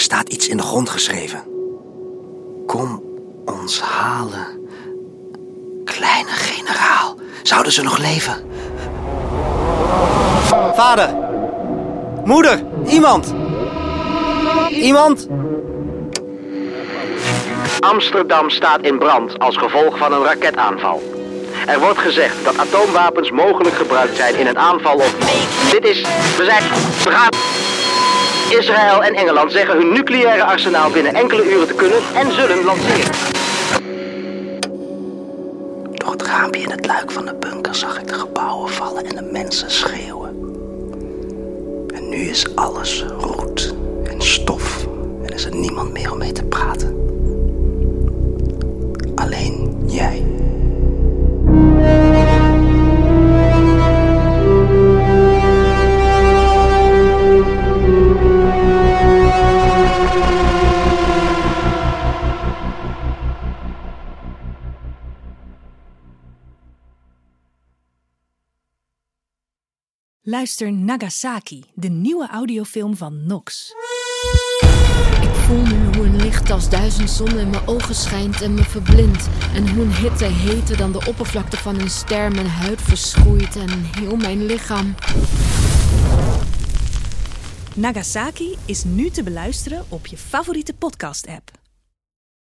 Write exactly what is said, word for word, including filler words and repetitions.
staat iets in de grond geschreven. Kom ons halen. Kleine generaal. Zouden ze nog leven? Vader. Moeder. Iemand. Iemand. Amsterdam staat in brand als gevolg van een raketaanval. Er wordt gezegd dat atoomwapens mogelijk gebruikt zijn in een aanval op... Dit is... We zijn... We gaan... Israël en Engeland zeggen hun nucleaire arsenaal binnen enkele uren te kunnen en zullen lanceren. Door het raampje in het luik van de bunker zag ik de gebouwen vallen en de mensen schreeuwen. En nu is alles roet en stof en is er niemand meer om mee te praten. Alleen jij. Luister Nagasaki, de nieuwe audiofilm van Nox. Ik voel nu hoe een licht als duizend zonnen in mijn ogen schijnt en me verblindt. En hoe een hitte heter dan de oppervlakte van een ster mijn huid verschroeit en heel mijn lichaam. Nagasaki is nu te beluisteren op je favoriete podcast-app.